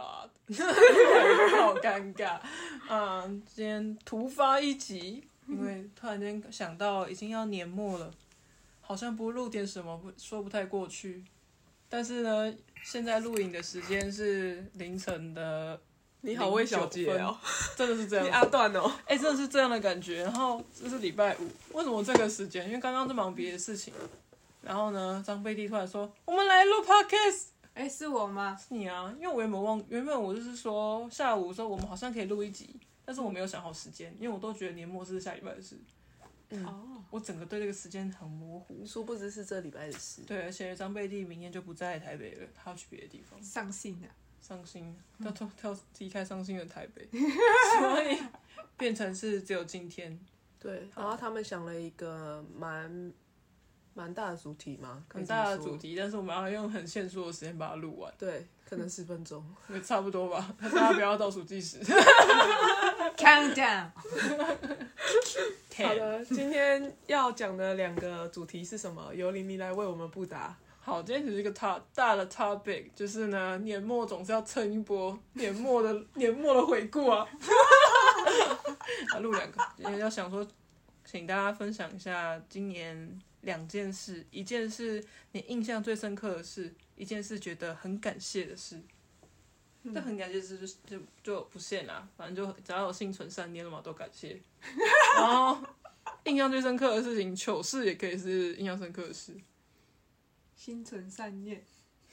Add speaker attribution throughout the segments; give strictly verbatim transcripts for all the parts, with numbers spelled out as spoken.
Speaker 1: god， 好尴尬。嗯，今天突发一集，因为突然间想到已经要年末了，好像不录点什么说不太过去。但是呢，现在录影的时间是凌晨的。
Speaker 2: 你好，魏小姐哦，
Speaker 1: 真的是这样。
Speaker 2: 你阿段哦，
Speaker 1: 哎、欸，真的是这样的感觉。然后这是礼拜五，为什么这个时间？因为刚刚在忙别的事情。然后呢，张贝蒂突然说：“我们来录 podcast。”
Speaker 3: 哎，是我吗？
Speaker 1: 是你啊，因为我原本忘，原本我就是说下午说我们好像可以录一集，但是我没有想好时间，因为我都觉得年末是下礼拜的事。
Speaker 2: 嗯，哦，
Speaker 1: 我整个对这个时间很模糊。
Speaker 2: 殊不知是这礼拜的事。
Speaker 1: 对，而且张贝蒂明天就不在台北了，他要去别的地方。
Speaker 3: 伤心啊！
Speaker 1: 伤心，要跳跳离开伤心的台北，所以变成是只有今天。
Speaker 2: 对，然后他们想了一个蛮蛮大的主题嘛，
Speaker 1: 很大的主题，但是我们要用很限缩的时间把它录完。
Speaker 2: 对，可能十分钟，
Speaker 1: 也差不多吧。大家不要倒数计时。
Speaker 3: Count down。
Speaker 2: 好的，今天要讲的两个主题是什么？由玲玲来为我们布答。
Speaker 1: 好，今天只是一个大大的 topic， 就是呢，年末总是要蹭一波年末的年末的回顾啊。啊，录两个，也要想说，请大家分享一下今年两件事，一件是你印象最深刻的事，一件是觉得很感谢的事。这、嗯、很感谢的事就就就不限啦，反正就只要有心存善念的嘛，都感谢。然后印象最深刻的事情，糗事也可以是印象深刻的事。
Speaker 3: 心存善念。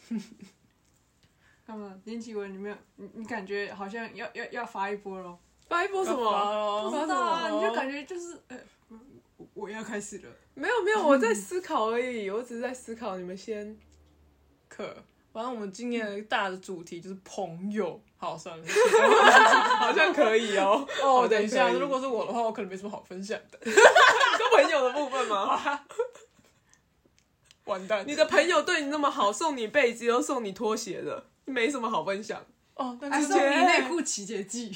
Speaker 3: 干嘛？林启文，你没有？你你感觉好像要要要发一波咯？
Speaker 2: 发一波什么？
Speaker 3: 不知道啊，你就感觉就是呃，我我要开始了。
Speaker 2: 没有没有，我在思考而已，我只是在思考。你们先。
Speaker 1: 可，反正我们今年的大的主题就是朋友。好，算了，
Speaker 2: 好像可以哦。
Speaker 1: 哦，等一下，如果是我的话，我可能没什么好分享的。
Speaker 2: 你说朋友的部分吗？
Speaker 1: 完蛋！
Speaker 2: 你的朋友对你那么好，送你被子又送你拖鞋的，没什么好分享。
Speaker 1: 哦，但
Speaker 3: 是送你内裤清洁剂。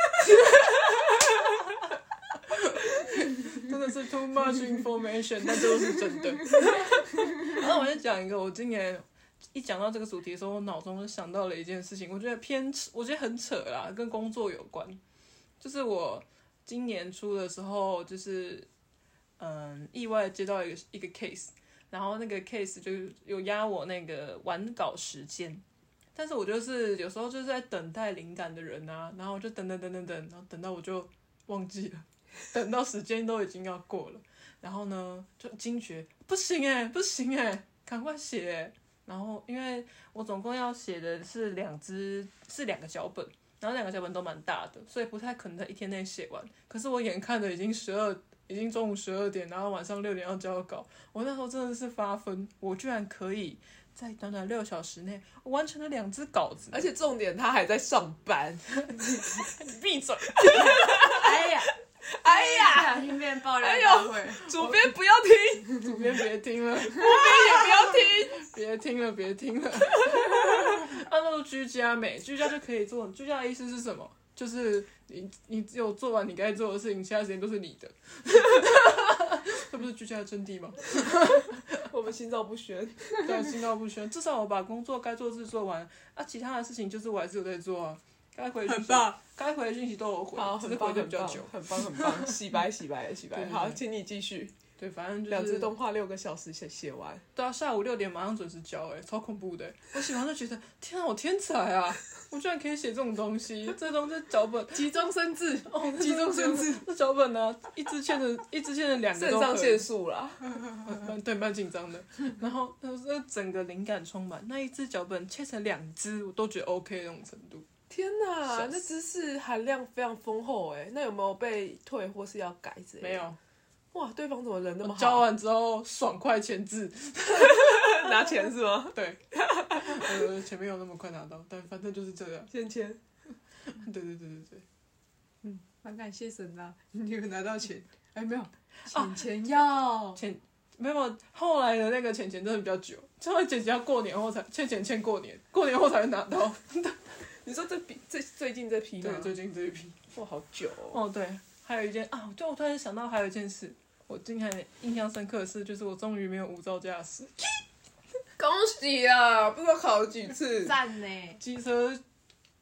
Speaker 1: 真的是 too much information， 但这都是真的。然后我就讲一个，我今年一讲到这个主题的时候，我脑中就想到了一件事情，我觉得偏扯，我觉得很扯啦，跟工作有关。就是我今年初的时候，就是嗯意外接到一个一个 case。然后那个 case 就有压我那个完稿时间，但是我就是有时候就是在等待灵感的人啊，然后我就等等等等等，然后等到我就忘记了，等到时间都已经要过了，然后呢就惊觉不行哎、欸，不行哎、欸，赶快写哎、欸，然后因为我总共要写的是两支是两个脚本，然后两个脚本都蛮大的，所以不太可能在一天内写完，可是我眼看着已经十二。已经中午十二点，然后晚上六点要交稿。我那时候真的是发疯，我居然可以在短短六小时内完成了两支稿子，
Speaker 2: 而且重点他还在上班。
Speaker 1: 你闭嘴！
Speaker 3: 哎呀，
Speaker 2: 哎呀，
Speaker 3: 不小心变爆料大会。
Speaker 2: 主编不要听，
Speaker 1: 主编别听了，主编
Speaker 2: 也不要听，
Speaker 1: 别听了，别听了。按照居家美，居家就可以做。居家的意思是什么？就是你，你只有做完你该做的事情，其他时间都是你的。这不是居家的真谛吗？
Speaker 2: 我们心照不宣，
Speaker 1: 对，心照不宣。至少我把工作该做的事做完啊，其他的事情就是我还是有在做啊。该回讯息，该回的讯息都有回，
Speaker 2: 好，
Speaker 1: 只是回的比较久。
Speaker 2: 很棒，很棒，洗白，洗白，洗白。好，请你继续。
Speaker 1: 对，反正就是
Speaker 2: 两支动画六个小时写写完。
Speaker 1: 对啊，下午六点马上准时交、欸，哎，超恐怖的、欸。我写完就觉得，天啊，我天才啊！我居然可以写这种东西，这东西脚本
Speaker 2: 急中生智，
Speaker 1: 哦，
Speaker 2: 急中生智。
Speaker 1: 这脚本呢、啊，一支欠着，一支欠着两个都。肾
Speaker 2: 上腺素啦，
Speaker 1: 对，蛮紧张的。然后，那整个灵感充满，那一支脚本切成两支，我都觉得 OK 的那种程度。
Speaker 2: 天哪，那知识含量非常丰厚哎、欸，那有没有被退或是要改之类的？
Speaker 1: 没有。
Speaker 2: 哇，对方怎么人那么好？
Speaker 1: 交完之后爽快签字，
Speaker 2: 拿钱是吗？
Speaker 1: 对，呃，钱没有那么快拿到，但反正就是这样，
Speaker 2: 先签。
Speaker 1: 对对对对对，
Speaker 3: 嗯，蛮感谢神的，你有拿到钱？哎，没有，钱钱要
Speaker 1: 钱没有，后来的那个钱钱真的比较久，最后姐姐要过年后才欠钱欠过年，过年后才会拿到。
Speaker 2: 你说这批这最近这批吗？
Speaker 1: 对，最近这一批，
Speaker 2: 哇，好久哦。
Speaker 1: 哦，对，还有一件啊，就我突然想到还有一件事。我今天印象深刻的是，就是我终于没有无照驾驶。
Speaker 2: 恭喜啊！不知道考了几次。
Speaker 3: 赞呢！
Speaker 1: 机车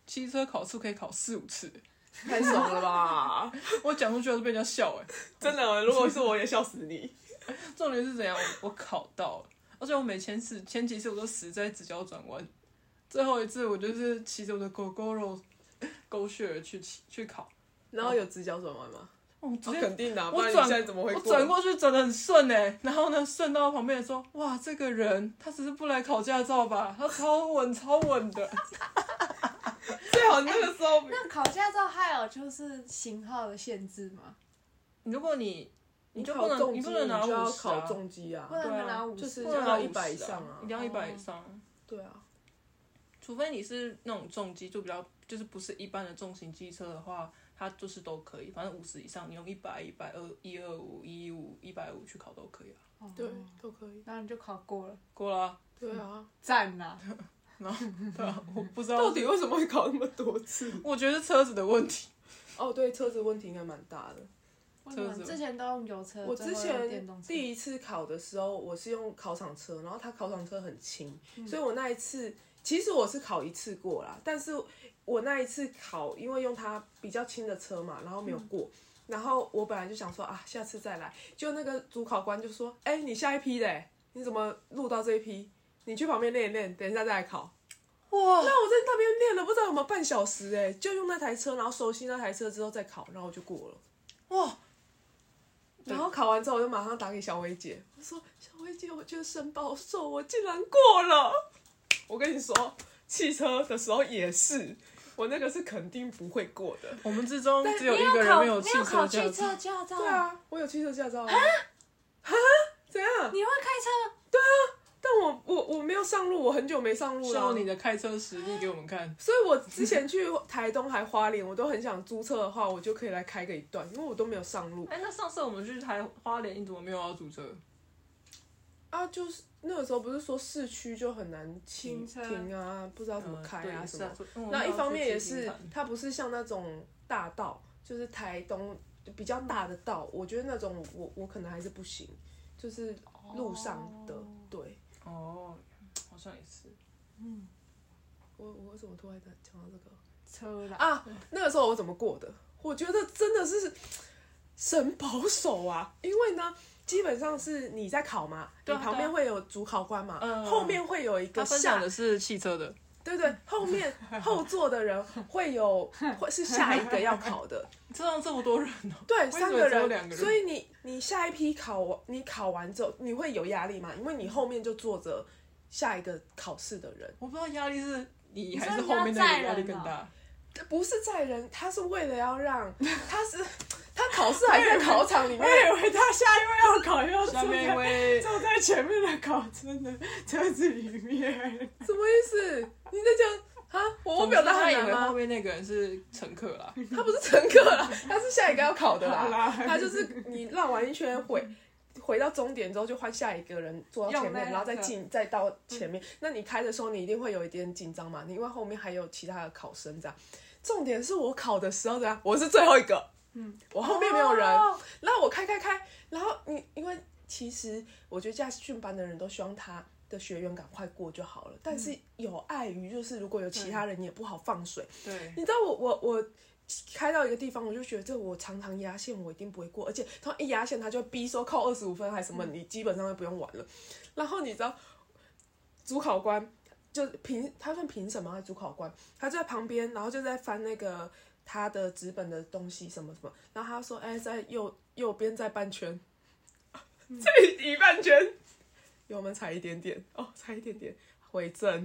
Speaker 1: 骑车考试可以考四五次，
Speaker 2: 太爽了吧！
Speaker 1: 我讲出去都被人家笑哎、欸，
Speaker 2: 真的，如果是我也笑死你。
Speaker 1: 重点是怎样？我我考到了，而且我每前次前几次我都死在直角转弯，最后一次我就是骑着我的狗狗肉狗血去骑去考，
Speaker 2: 然后有直角转弯吗？
Speaker 1: 哦，直接
Speaker 2: 肯定的、啊，不
Speaker 1: 我转
Speaker 2: 然你现在怎么会过？
Speaker 1: 我转过去转得很顺哎，然后呢顺到旁边人说，哇，这个人他只是不来考驾照吧？他超稳超稳的。
Speaker 2: 最好那个时候、欸，
Speaker 3: 那考驾照还有就是型号的限制吗？
Speaker 1: 如果你你就不能
Speaker 2: 考重机，
Speaker 1: 你不能拿
Speaker 2: 你就要
Speaker 1: 五十啊，
Speaker 2: 考重机啊
Speaker 3: 不，能拿五十，
Speaker 2: 就是
Speaker 1: 不能拿
Speaker 2: 要一百
Speaker 1: 五十
Speaker 2: 以上啊
Speaker 1: 一定要一百以上。
Speaker 2: 对啊，
Speaker 1: 除非你是那种重机，就比较就是不是一般的重型机车的话，它就是都可以，反正五十以上，你用一百、一百二、一二五、一五、一百五去考都可以啊。
Speaker 3: 哦
Speaker 2: 对，都可以。
Speaker 3: 然后你就考过了，
Speaker 1: 过了、啊，
Speaker 2: 对啊，
Speaker 3: 赞呐！
Speaker 1: 然后对啊，我不知道
Speaker 2: 到底为什么会考那么多次？
Speaker 1: 我觉得是车子的问题。
Speaker 2: 哦，对，车子问题应该蛮大的。
Speaker 3: 为什么之前都用油车，
Speaker 2: 我之
Speaker 3: 最后用电动车
Speaker 2: 前第一次考的时候，我是用考场车，然后它考场车很轻，所以我那一次其实我是考一次过啦，但是我那一次考，因为用它比较轻的车嘛，然后没有过。嗯，然后我本来就想说啊，下次再来，就那个主考官就说，哎、欸，你下一批的，你怎么录到这一批？你去旁边练一练，等一下再来考。哇！那我在那边练了不知道有没有半小时哎，就用那台车，然后熟悉那台车之后再考，然后我就过了。哇！然后考完之后，我就马上打给小薇姐，我说：“小薇姐，我觉得肾保瘦，我竟然过了。”我跟你说，汽车的时候也是，我那个是肯定不会过的。
Speaker 1: 我们之中只有一
Speaker 3: 你考
Speaker 1: 个人没有汽
Speaker 3: 你有考
Speaker 1: 车驾照。
Speaker 3: 汽车驾照？
Speaker 2: 对，啊，我有汽车驾照啊。哈？怎样？
Speaker 3: 你会开车？
Speaker 2: 但我我我没有上路，我很久没上路了、
Speaker 1: 秀你的开车实力给我们看。
Speaker 2: 所以我之前去台东还花莲，我都很想租车的话，我就可以来开个一段，因为我都没有上路。
Speaker 1: 哎，那上次我们去台花莲，你怎么没有要租车？
Speaker 2: 啊，就是那个时候不是说市区就很难停
Speaker 3: 停车
Speaker 2: 停啊，不知道怎么开啊
Speaker 1: 嗯
Speaker 2: 什么。
Speaker 1: 对
Speaker 2: 那一方面也是
Speaker 1: 是啊，
Speaker 2: 它不是像那种大道，就是台东比较大的道，我觉得那种我我可能还是不行，就是路上的、
Speaker 3: 哦
Speaker 2: 对。
Speaker 1: 哦，好像也是。
Speaker 3: 嗯，
Speaker 2: 我我怎么突然讲到这个？
Speaker 3: 车啦。
Speaker 2: 啊，那个时候我怎么过的？我觉得真的是神保守啊，因为呢，基本上是你在考嘛，
Speaker 1: 对啊
Speaker 2: 你旁边会有主考官嘛，
Speaker 1: 嗯
Speaker 2: 后面会有一个
Speaker 1: 他分
Speaker 2: 下
Speaker 1: 享的是汽车的，
Speaker 2: 对对，后面后座的人会有会是下一个要考的，
Speaker 1: 车上这么多人哦、
Speaker 2: 对，
Speaker 1: 为什么
Speaker 2: 三个人，
Speaker 1: 只有两个人
Speaker 2: 所以你你下一批考完，你考完之后你会有压力嘛？因为你后面就坐着下一个考试的人，
Speaker 1: 我不知道压力是你还
Speaker 3: 你说
Speaker 1: 是后面那个压力
Speaker 3: 你要载人哦
Speaker 1: 更大。
Speaker 2: 不是载人，他是为了要让他是他考试还在考场里面，
Speaker 3: 我以为他下一位要考要坐
Speaker 1: 下面一
Speaker 3: 在
Speaker 1: 位
Speaker 3: 坐在前面的考生的车子里面。
Speaker 2: 什么意思？你在讲啊？我我表达
Speaker 1: 他以
Speaker 2: 很难吗？
Speaker 1: 为后面那个人是乘客啦。
Speaker 2: 他不是乘客啦，他是下一个要考的
Speaker 3: 好
Speaker 2: 啦。
Speaker 3: 啦
Speaker 2: 他就是你绕完一圈回回到终点之后，就换下一个人坐到前面，
Speaker 3: 用那个
Speaker 2: 然后再进再到前面。那你开的时候，你一定会有一点紧张嘛？你因为后面还有其他的考生这样。重点是我考的时候怎样？我是最后一个，嗯，我后面没有人。
Speaker 3: 哦
Speaker 2: 然后我开开开，然后你因为其实我觉得驾训班的人都希望他的学员赶快过就好了，但是有碍于就是如果有其他人也不好放水。
Speaker 1: 对，
Speaker 2: 你知道我我我开到一个地方，我就觉得这我常常压线，我一定不会过，而且他一压线他就逼说扣二十五分还是什么，你基本上就不用玩了。然后你知道主考官就评，他算评审吗？还是主考官？他就在旁边，然后就在翻那个他的纸本的东西什么什么，然后他说：“哎、欸，在右右边再半圈，这一半圈，油门踩一点点，哦，踩一点点，回正。”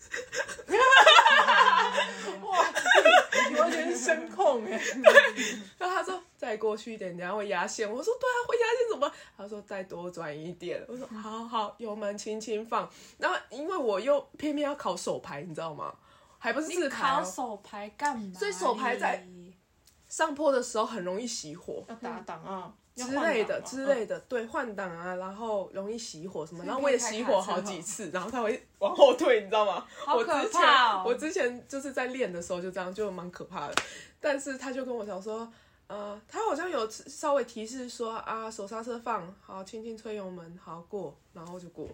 Speaker 1: 哇，有点声控哎。
Speaker 2: 然后他说再过去一点，等下会压线。我说对啊，会压线怎么办？他说再多转一点。我说好好，油门轻轻放。然后因为我又偏偏要考手牌，你知道吗？还不是自排、
Speaker 3: 考
Speaker 2: 哦，
Speaker 3: 手牌干嘛？
Speaker 2: 所以手牌在上坡的时候很容易熄火。
Speaker 1: 要打档啊
Speaker 2: 之类的之类
Speaker 1: 的。
Speaker 2: 的，对，换挡啊，然后容易熄火什么，
Speaker 3: 所以
Speaker 2: 然后我也
Speaker 3: 可以开
Speaker 2: 熄火
Speaker 3: 卡车
Speaker 2: 好几次，然后它会往后退，你知道吗？
Speaker 3: 好可
Speaker 2: 我之前
Speaker 3: 怕哦
Speaker 2: 我之前就是在练的时候就这样，就蛮可怕的。但是他就跟我讲说，呃，他好像有稍微提示说啊，手刹车放好，轻轻吹油门，好过，然后就过了。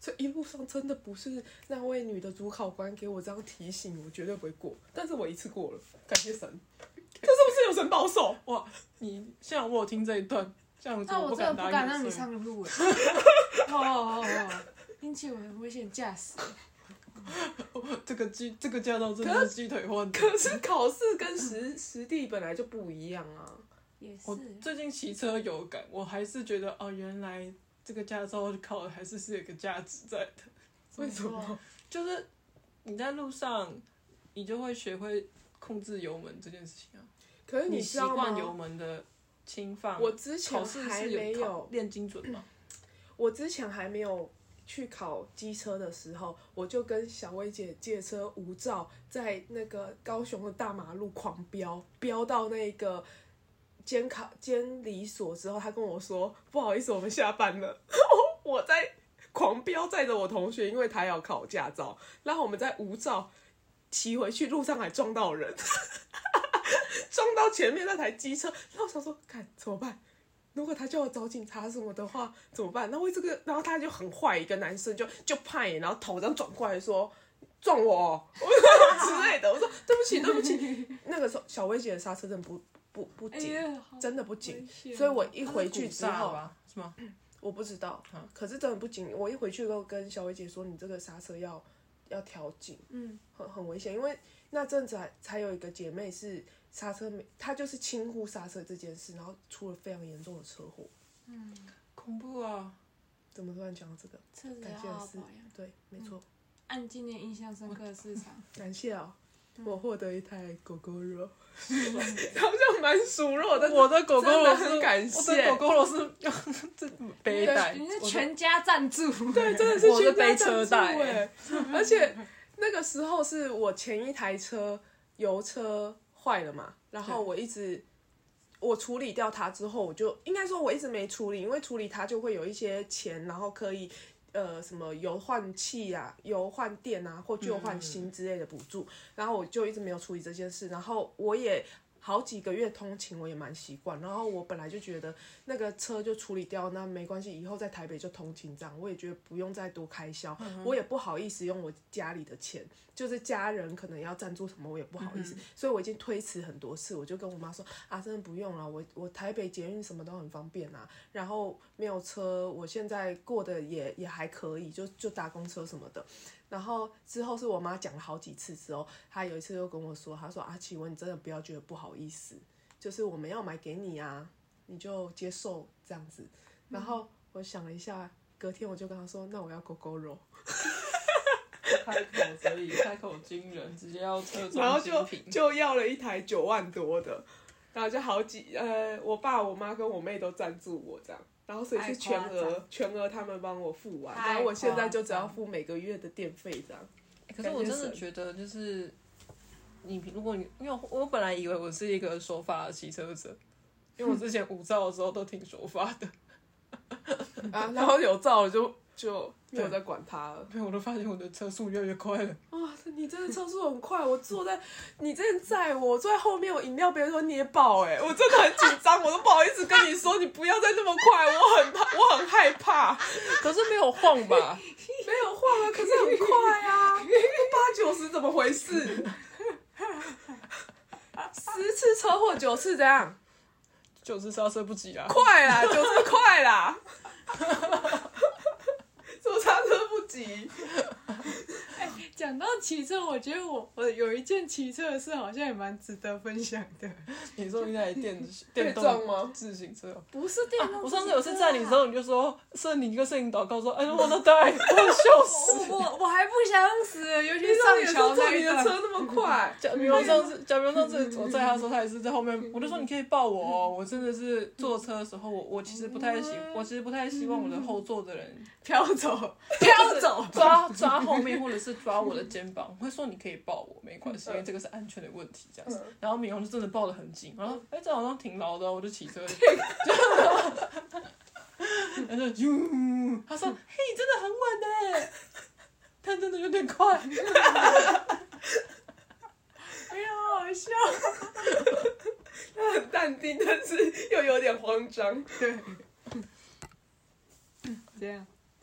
Speaker 2: 这一路上真的不是那位女的主考官给我这样提醒，我绝对不会过。但是我一次过了，感谢神。这是不是有神保守？
Speaker 1: 哇，你像我有听这一段，这样子
Speaker 3: 那我真的不
Speaker 1: 不敢
Speaker 3: 敢让你
Speaker 1: 打你的声音。
Speaker 3: 上路哎。哦哦哦，引起我很危险驾驶。
Speaker 1: 这个鸡这个驾照真的是鸡腿换的。
Speaker 2: 可是考试跟实实地本来就不一样啊。
Speaker 3: 也是
Speaker 1: 我。最近骑车有感，我还是觉得哦，原来这个驾照考的还是是有个价值在的。
Speaker 2: 为什么？
Speaker 1: 就是你在路上，你就会学会控制油门这件事情啊。
Speaker 2: 可是
Speaker 1: 你习
Speaker 2: 知道
Speaker 1: 惯油
Speaker 2: 吗？
Speaker 1: 门的轻放。
Speaker 2: 我之前
Speaker 1: 考试
Speaker 2: 还
Speaker 1: 是
Speaker 2: 没有
Speaker 1: 考练精准吗？
Speaker 2: 我之前还没有去考机车的时候，我就跟小薇姐借车无照，在那个高雄的大马路狂飙，飙到那个监考监理所之后，他跟我说不好意思，我们下班了。我在狂飙载着我同学，因为他要考驾照，然后我们在无照骑回去，路上还撞到人，撞到前面那台机车，然后我想说，看怎么办？如果他叫我找警察什么的话怎么办？那为这个，然后他就很坏，一个男生就就派，然后头这样转过来说撞我之类的。我说对不起对不起。那个时候小薇姐的刹车真的不不不紧，
Speaker 3: 哎呀
Speaker 2: 真的不紧，
Speaker 3: 危险
Speaker 2: 所以我一回去之后，
Speaker 1: 吧，是吗？
Speaker 2: 我不知道，
Speaker 1: 嗯
Speaker 2: 可是真的不紧。我一回去都跟小薇姐说，你这个刹车要要调紧，
Speaker 3: 嗯，
Speaker 2: 很很危险，因为那阵子还才有一个姐妹是刹车没，她就是轻忽刹车这件事，然后出了非常严重的车祸。
Speaker 3: 嗯，
Speaker 1: 恐怖啊！
Speaker 2: 怎么突然讲到这个？
Speaker 3: 车子
Speaker 2: 感谢的是
Speaker 3: 要好好保养。
Speaker 2: 对，没错，
Speaker 3: 按今年印象深刻的市场，
Speaker 2: 感谢啊、我获得一台狗狗肉，好像蛮熟肉的。
Speaker 1: 我的狗狗
Speaker 2: 真的
Speaker 1: 肉是，
Speaker 2: 很感
Speaker 1: 我的
Speaker 2: 谢
Speaker 1: 狗狗肉是用这背带，
Speaker 3: 你是
Speaker 1: 我的
Speaker 3: 全家赞助。
Speaker 2: 对，真的是
Speaker 1: 我是
Speaker 2: 全家
Speaker 1: 背车带
Speaker 2: 赞助欸而且那个时候是我前一台车油车坏了嘛，然后我一直我处理掉它之后，我就应该说我一直没处理，因为处理它就会有一些钱，然后可以呃什么油换气啊、油换电啊或旧换新之类的补助，然后我就一直没有处理这件事，然后我也。好几个月通勤我也蛮习惯，然后我本来就觉得那个车就处理掉，那没关系，以后在台北就通勤这样，我也觉得不用再多开销，嗯、我也不好意思用我家里的钱，就是家人可能要赞助什么，我也不好意思，嗯、所以我已经推迟很多次，我就跟我妈说啊，真的不用了，我我台北捷运什么都很方便啊，然后没有车，我现在过得也也还可以，就就搭公车什么的。然后之后是我妈讲了好几次之后，她有一次又跟我说，她说啊，启文你真的不要觉得不好意思，就是我们要买给你啊，你就接受这样子。然后我想了一下，隔天我就跟她说，那我要狗狗肉。
Speaker 1: 开口所以开口惊人，直接要车
Speaker 2: 然后就
Speaker 1: 装精品，
Speaker 2: 就要了一台九万多的，然后就好几呃，我爸我妈跟我妹都赞助我这样。然后所以是全额，全额他们帮我付完，然后我现在就只要付每个月的电费这样。
Speaker 1: 可是我真的觉得，就是你如果你，因为我本来以为我是一个守法的骑车者，因为我之前无照的时候都挺守法的，
Speaker 2: 啊，然后有照了就就没有再管它了。
Speaker 1: 对，我都发现我的车速越来越快了。
Speaker 2: 哇，你真的车速很快！我坐在你之前载我，我坐在后面，我饮料别人说捏爆哎、欸，我真的很紧张，我都不好意思跟你说，你不要再那么快，我很怕，我很害怕。
Speaker 1: 可是没有晃吧？
Speaker 2: 没有晃啊，可是很快啊，八九十怎么回事？十次车祸九次怎样？
Speaker 1: 九次刹车不及啊！
Speaker 2: 快啦，九次快啦！怎么刹车不及？
Speaker 3: 哎，讲到骑车，我觉得我我有一件骑车的事，好像也蛮值得分享的。
Speaker 1: 你说那台电电动自行车？
Speaker 3: 不是电动、啊。
Speaker 1: 我上次有次载你的时候，你就说圣灵跟圣灵祷告说：“哎，我都 die，我笑死。
Speaker 3: 我”我我还不想死，尤其上桥那一段。
Speaker 2: 你的车那么快。
Speaker 1: 假比如上次，假比如上次我载他的时候，他也是在后面，我就说你可以抱我哦。我真的是坐车的时候，我我其实不太喜，我其实不太希望我的后座的人
Speaker 3: 飘走，飘走，
Speaker 1: 抓抓后面或者是抓我的肩膀。我会说你可以抱我，没关系，因为这个是安全的问题，这样子。然后敏荣就真的抱得很紧，然后哎，这好像挺牢的，我就骑车。然后就啾，他说：“嘿，真的很稳呢，但真的有点快。”
Speaker 3: 哎呀，好好笑。
Speaker 2: 他很淡定，但是又有点慌张。
Speaker 3: 对，这样。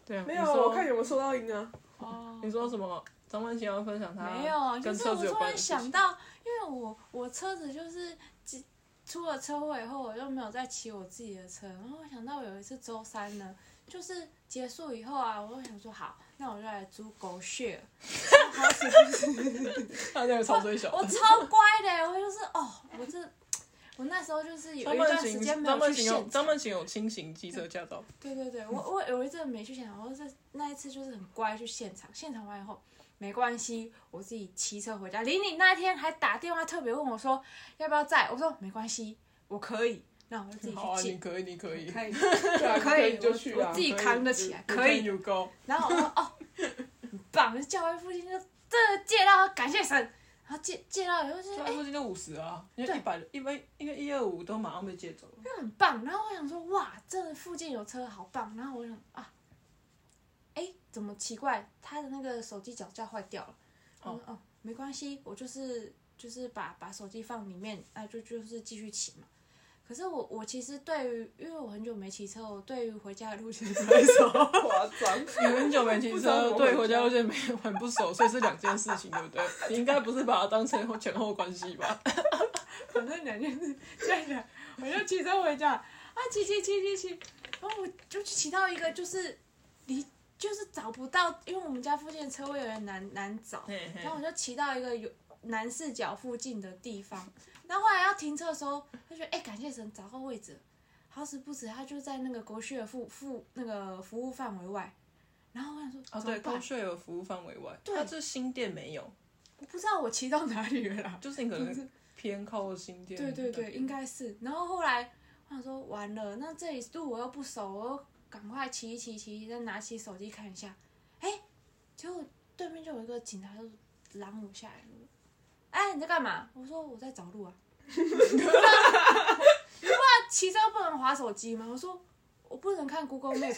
Speaker 1: 对啊，
Speaker 2: 没有，
Speaker 1: 你说
Speaker 2: 我看有没有收到音啊。
Speaker 3: 哦，
Speaker 1: 你说什么？张曼琴要分享他
Speaker 3: 没有，就
Speaker 1: 跟
Speaker 3: 是我突然
Speaker 1: 车子有关的事情。
Speaker 3: 想到，因为我我车子就是出了车祸以后，我就没有再骑我自己的车。然后我想到有一次周三呢，就是结束以后啊，我就想说好，那我就来租狗血。好死不死，
Speaker 1: 他那个超最小的。
Speaker 3: 我超乖的，我就是哦，我这我那时候就是有一段时间没
Speaker 1: 张曼琴有
Speaker 3: 有去现场。
Speaker 1: 张曼琴有轻型机车驾照。
Speaker 3: 对对对，我我有一阵没去现场，我是那一次就是很乖去现场，现场完以后没关系，我自己骑车回家。玲玲那一天还打电话特别问我说要不要载，我说没关系，我可以，那我就自己
Speaker 1: 好啊，
Speaker 3: 去借。
Speaker 1: 你可以，你可以。
Speaker 3: 可以，
Speaker 2: 对啊，
Speaker 3: 可以，
Speaker 2: 就去啊
Speaker 3: 我我自。己扛得起来，可以。
Speaker 1: You go。
Speaker 3: 然后我说哦，很棒，教会附近就真的借到，感谢神。然后借借到以后就
Speaker 1: 这
Speaker 3: 哎、
Speaker 1: 附近就五十啊，因为一百一般因为一二五都马上被借走了。
Speaker 3: 很棒。然后我想说哇，这附近有车好棒。然后我想啊，哎，怎么奇怪，他的那个手机脚架坏掉了。哦哦，哦没关系，我就是就是把把手机放里面，啊就就是继续骑嘛。可是我我其实对于，因为我很久没骑车，我对于回家的路线不太熟。
Speaker 2: 夸张。
Speaker 1: 你很久没骑
Speaker 2: 不知道怎
Speaker 1: 车，
Speaker 2: 么
Speaker 1: 对回
Speaker 2: 回家
Speaker 1: 家路线没有很不熟，所以是两件事情，对不对？你应该不是把它当成前后关系吧？
Speaker 3: 反正两件事，下一来我就骑车回家，啊骑骑骑骑骑，然后我就骑到一个就是离就是找不到，因为我们家附近的车位有点难难找，
Speaker 1: 嘿嘿
Speaker 3: 然后我就骑到一个有南四角附近的地方，然后后来要停车的时候，他觉得哎、欸、感谢神找到位置了，好死不死他就在那个国税的服服那个服务范围外，然后我想说
Speaker 1: 哦，对，
Speaker 3: 高
Speaker 1: 高税有服务范围外，
Speaker 3: 对
Speaker 1: 它这新店没有，
Speaker 3: 我不知道我骑到哪里了啦。
Speaker 1: 就是你可能偏靠新店。
Speaker 3: 对对对，应该是。然后后来我想说，完了，那这里路我又不熟，我又赶快骑一骑骑，再拿起手机看一下，哎，结果对面就有一个警察就拦我下来了。哎，你在干嘛？我说我在找路啊。你不知道骑车不能滑手机吗？我说我不能看 Google Map。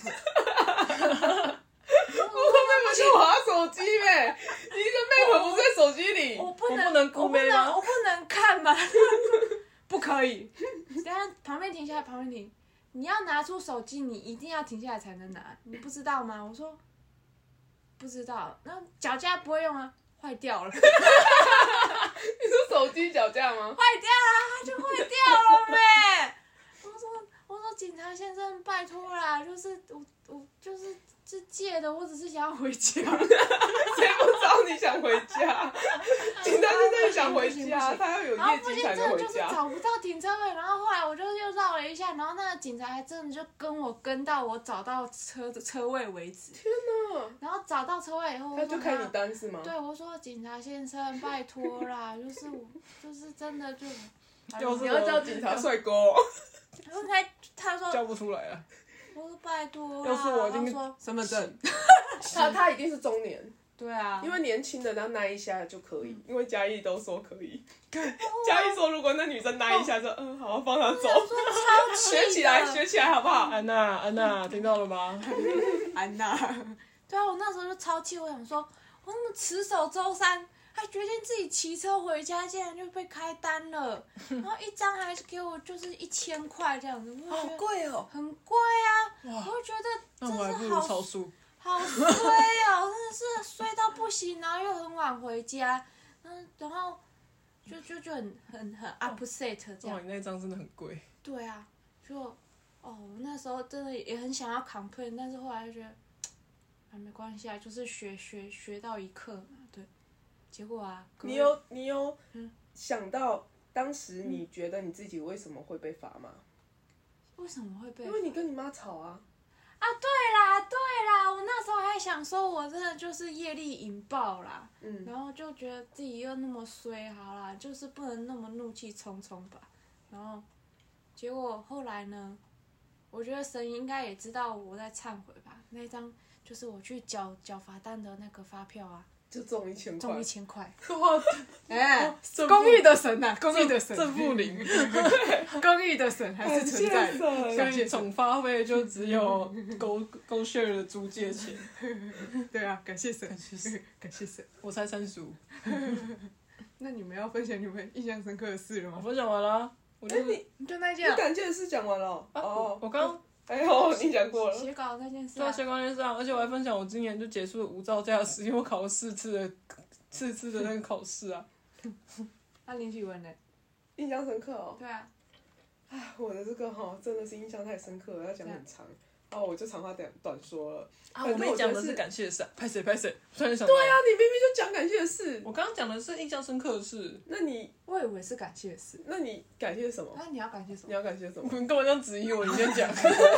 Speaker 2: 那不是滑手机呗？你的 map 不是在手机里。
Speaker 3: 我不能，
Speaker 1: 我不能
Speaker 3: 我不
Speaker 1: Google 吗
Speaker 3: 能，我不能看吗？不可以。等下旁边停下来，旁边停。你要拿出手机，你一定要停下来才能拿。你不知道吗？我说不知道。那脚架不会用啊，坏掉了。
Speaker 2: 你说手机脚架吗？
Speaker 3: 坏掉了，它就坏掉了呗。我说我说警察先生，拜托啦，就是我我就是是借的，我只是想要回家。
Speaker 2: 谁不知道你想回家？警察先生想回家，他要有
Speaker 3: 然后
Speaker 2: 业绩才
Speaker 3: 附近真的
Speaker 2: 能回家。
Speaker 3: 就是找不到停车位，然后后来我就又绕了一下，然后那个警察还真的就跟我跟到我找到车的车位为止。
Speaker 2: 天哪！
Speaker 3: 然后找到车位以后，
Speaker 2: 他就开你单是吗？
Speaker 3: 对，我说警察先生，拜托啦，就是我，就是真的就，
Speaker 1: 要是
Speaker 2: 你要叫警察帅哥哦。
Speaker 3: 然后他他说，
Speaker 1: 叫不出来了。
Speaker 3: 我说拜托啦，
Speaker 1: 要是我一定
Speaker 3: 他说
Speaker 1: 身份证。
Speaker 2: 他他一定是中年，
Speaker 3: 对啊，
Speaker 2: 因为年轻的他拿一下就可以，因为嘉义都说可以。嘉义说如果那女生拿一下就嗯好放她走，
Speaker 3: 说超气的
Speaker 2: 学起来学起来好不好？
Speaker 1: 安娜，安娜，听到了吗？
Speaker 3: 安娜，对啊，我那时候就超气，我想说，我那么持守周三，还决定自己骑车回家，竟然就被开单了，然后一张还是给我就是一千块这样子，我就觉得
Speaker 1: 贵哦。
Speaker 3: 很贵啊，
Speaker 1: 哇
Speaker 3: 我就觉得
Speaker 1: 那我还不如
Speaker 3: 真是好
Speaker 1: 超速。
Speaker 3: 好衰哦，真的是衰到不行，然后又很晚回家，嗯，然后就就就很很很 upset 这
Speaker 1: 哇，
Speaker 3: 样。
Speaker 1: 你那张真的很贵。
Speaker 3: 对啊，就哦，我那时候真的也很想要 complain，但是后来就觉得啊没关系啊，就是学学学到一课嘛，对。结果啊，各位
Speaker 2: 你有你有
Speaker 3: 嗯
Speaker 2: 想到当时你觉得你自己为什么会被罚吗？
Speaker 3: 为什么会被？
Speaker 2: 因为你跟你妈吵啊。
Speaker 3: 啊，对啦，对啦，我那时候还想说，我真的就是业力引爆啦，
Speaker 2: 嗯，
Speaker 3: 然后就觉得自己又那么衰，好啦，就是不能那么怒气冲冲吧。然后结果后来呢，我觉得神应该也知道我在忏悔吧。那张就是我去缴缴罚单的那个发票啊，
Speaker 2: 就中一千块
Speaker 3: 中一。千块。
Speaker 1: 哇，
Speaker 3: 哎、
Speaker 1: 正负
Speaker 3: 公益的神呐、啊，公益的神，
Speaker 1: 正负零。
Speaker 3: 公益的神还是存在的。
Speaker 2: 感
Speaker 1: 所以总发费就只有勾勾 share 的租借钱。
Speaker 3: 对啊，感谢神，
Speaker 1: 感谢神，
Speaker 3: 感谢神。
Speaker 1: 我才三十五。
Speaker 3: 那你们要分享你们印象深刻的事了吗？
Speaker 1: 我分享完了啊，我就
Speaker 2: 哎，
Speaker 1: 是
Speaker 2: 你
Speaker 3: 就那件
Speaker 2: 你感谢的事讲完了哦。
Speaker 1: 啊，我
Speaker 2: 哦，
Speaker 1: 我刚
Speaker 2: 哎呦，你讲过了。
Speaker 3: 写稿那件事、啊。
Speaker 1: 对啊，写稿那件事啊，而且我还分享我今年就结束了无照驾驶，因为我考了四次的四次的那个考试啊。
Speaker 3: 那林启文呢？
Speaker 2: 印象深刻哦。
Speaker 3: 对啊。
Speaker 2: 哎，我的这个哈真的是印象太深刻了，要讲很长。哦，我就长话短短说了。
Speaker 1: 啊，我没讲的是感谢的事，拍谁拍谁，突然想到。
Speaker 2: 对啊，你明明就讲感谢的事。
Speaker 1: 我刚刚讲的是印象深刻的事。
Speaker 2: 那你，
Speaker 3: 我以为是感谢的事。
Speaker 2: 那你感谢什么？
Speaker 3: 那你要感谢什么？
Speaker 2: 你要感谢什么？
Speaker 1: 你干嘛这样质疑我？你先讲。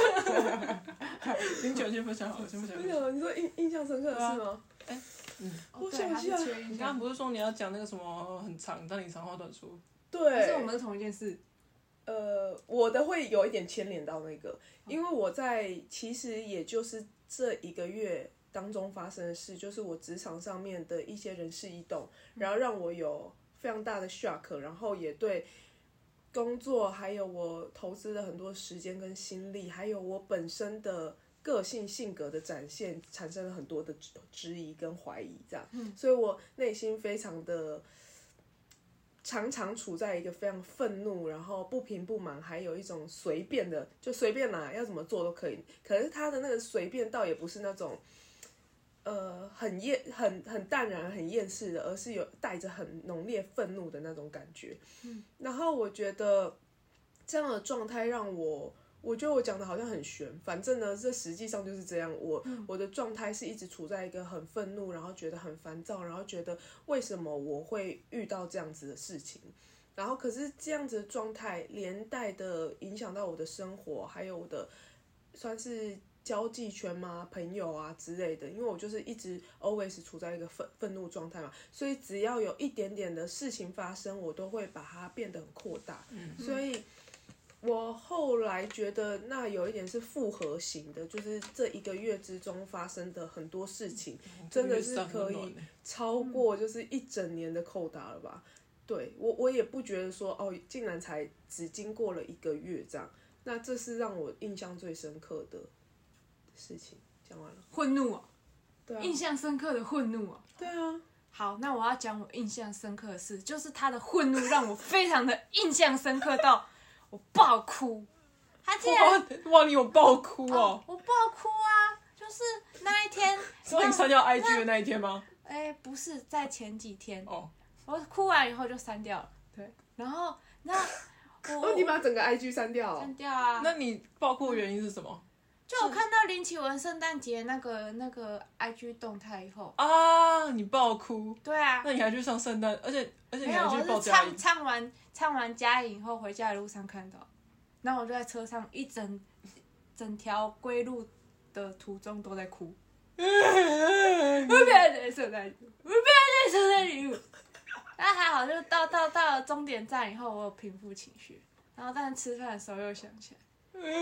Speaker 1: 林九先分享好了，先分享。
Speaker 2: 真的，你说印印象深刻的事吗？
Speaker 1: 哎，嗯，
Speaker 2: 我想一下，
Speaker 1: 你刚刚不是说你要讲那个什么很长，但你长话短说？
Speaker 2: 对。
Speaker 3: 可是我们是同一件事。
Speaker 2: 呃，我的会有一点牵连到那个，因为我在其实也就是这一个月当中发生的事，就是我职场上面的一些人事异动，然后让我有非常大的 shock， 然后也对工作还有我投资了很多时间跟心力，还有我本身的个性性格的展现，产生了很多的质疑跟怀疑，这样，嗯、所以我内心非常的。常常处在一个非常愤怒，然后不平不满，还有一种随便的，就随便啦，要怎么做都可以。可是他的那个随便倒也不是那种，呃，很厌、很很淡然、很厌世的，而是有带着很浓烈愤怒的那种感觉。嗯，然后我觉得这样的状态让我。我觉得我讲的好像很玄，反正呢，这实际上就是这样。我、嗯、我的状态是一直处在一个很愤怒，然后觉得很烦躁，然后觉得为什么我会遇到这样子的事情，然后可是这样子的状态连带的影响到我的生活，还有我的算是交际圈嘛、朋友啊之类的。因为我就是一直 always 处在一个愤愤怒状态嘛，所以只要有一点点的事情发生，我都会把它变得很扩大。嗯，所以。我后来觉得那有一点是复合型的，就是这一个月之中发生的很多事情，真的是可以超过就是一整年的扣打了吧？对我我也不觉得说哦，竟然才只经过了一个月这样，那这是让我印象最深刻的事情。讲完了，
Speaker 3: 愤怒啊，
Speaker 2: 对啊，
Speaker 3: 印象深刻的愤怒啊，
Speaker 2: 对啊。
Speaker 3: 好，那我要讲我印象深刻的事，就是他的愤怒让我非常的印象深刻到。我爆哭，他竟然
Speaker 1: 哇，你有爆哭哦！
Speaker 3: 哦我爆哭啊，就是那一天，
Speaker 1: 是你删掉 I G 的那一天吗？
Speaker 3: 哎、欸，不是，在前几天。
Speaker 1: 哦，
Speaker 3: 我哭完以后就删掉了。对，然后那我
Speaker 2: 哦，你把整个 I G 删掉了？
Speaker 3: 删掉啊！
Speaker 1: 那你爆哭的原因是什么？
Speaker 3: 就我看到林启文圣诞节那个那个 I G 动态以后
Speaker 1: 啊，你爆哭？
Speaker 3: 对啊，
Speaker 1: 那你还去上圣诞，而且而且你还去报
Speaker 3: 佳音。唱唱完唱完佳音以后回家的路上看到，然后我就在车上一整整条归路的途中都在哭。我不要再圣诞礼物，我不要再圣诞礼物。但还好，就到到到了终点站以后，我有平复情绪，然后但是吃饭的时候又想起来。就哭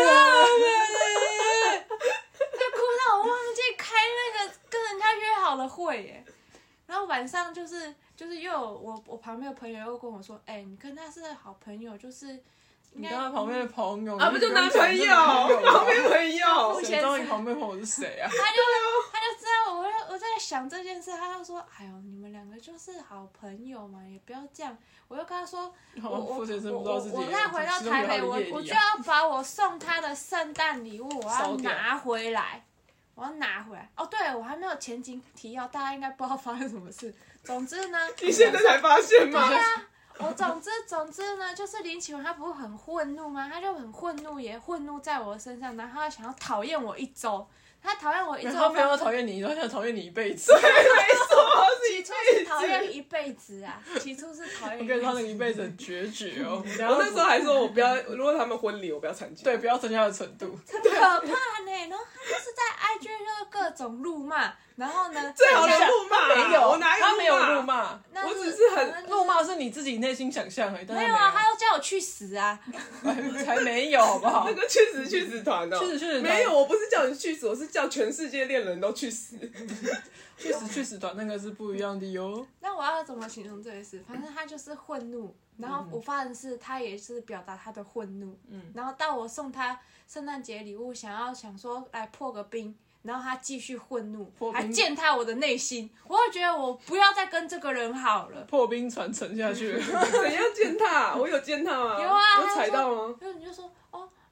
Speaker 3: 到我忘记开那个跟人家约好的会耶，然后晚上就是就是又有我我旁边的朋友又跟我说，哎、欸，你跟他是好朋友，就是
Speaker 1: 你跟他旁边的朋友
Speaker 2: 啊，不就男朋友，旁边朋友，
Speaker 1: 谁知道你旁边朋友是谁啊？
Speaker 3: 他就他就知道我我在想这件事，他就说，哎呦，你们两个就是好朋友嘛，也不要这样。我就跟他说，我我我我再回到台北，我我就要把我送他的圣诞礼物，我要拿回来，我要拿回来。哦，对，我还没有前情提要，大家应该不知道发生什么事。总之呢，
Speaker 2: 你现在才发现吗？
Speaker 3: 对啊，我总之总之呢，就是林启文他不是很愤怒吗？他就很愤怒，也愤怒在我身上，然后他想要讨厌我一周。他讨厌我一周，
Speaker 1: 他没有讨厌你，他想讨厌你一辈子。
Speaker 2: 对，没错，
Speaker 3: 起初是讨厌一辈子啊，起初是讨厌。
Speaker 1: 我跟他那个一辈子很决绝哦。
Speaker 2: 我那时候还说我不要，如果他们婚礼我不要参加。
Speaker 1: 对，不要参加的程度。
Speaker 3: 很可怕呢，然后他就是在 I G 就是各种辱骂，然后呢，
Speaker 2: 最好的辱骂
Speaker 1: 没有，
Speaker 2: 我哪有
Speaker 1: 他没有辱骂，
Speaker 2: 我只是很
Speaker 1: 辱骂是你自己内心想象而已。
Speaker 3: 没有啊，他要叫我去死啊，
Speaker 1: 才没有好不好？
Speaker 2: 那个去死去死团哦，
Speaker 1: 去死去死团
Speaker 2: 没有，我不是叫你去死，我是叫全世界恋人都去死。
Speaker 1: 去死去死团那个是不一样的哟。
Speaker 3: 那我要怎么形容这件事？反正他就是愤怒，然后我发现是他也是表达他的愤怒，嗯，然后到我送他圣诞节礼物，想要想说来破个冰，然后他继续愤怒，还践踏我的内心，我会觉得我不要再跟这个人好了。
Speaker 1: 破冰船沉下去了，
Speaker 2: 怎样践踏？我有践踏吗？
Speaker 3: 有啊，
Speaker 2: 有踩到吗？
Speaker 3: 然后你就说哦哦，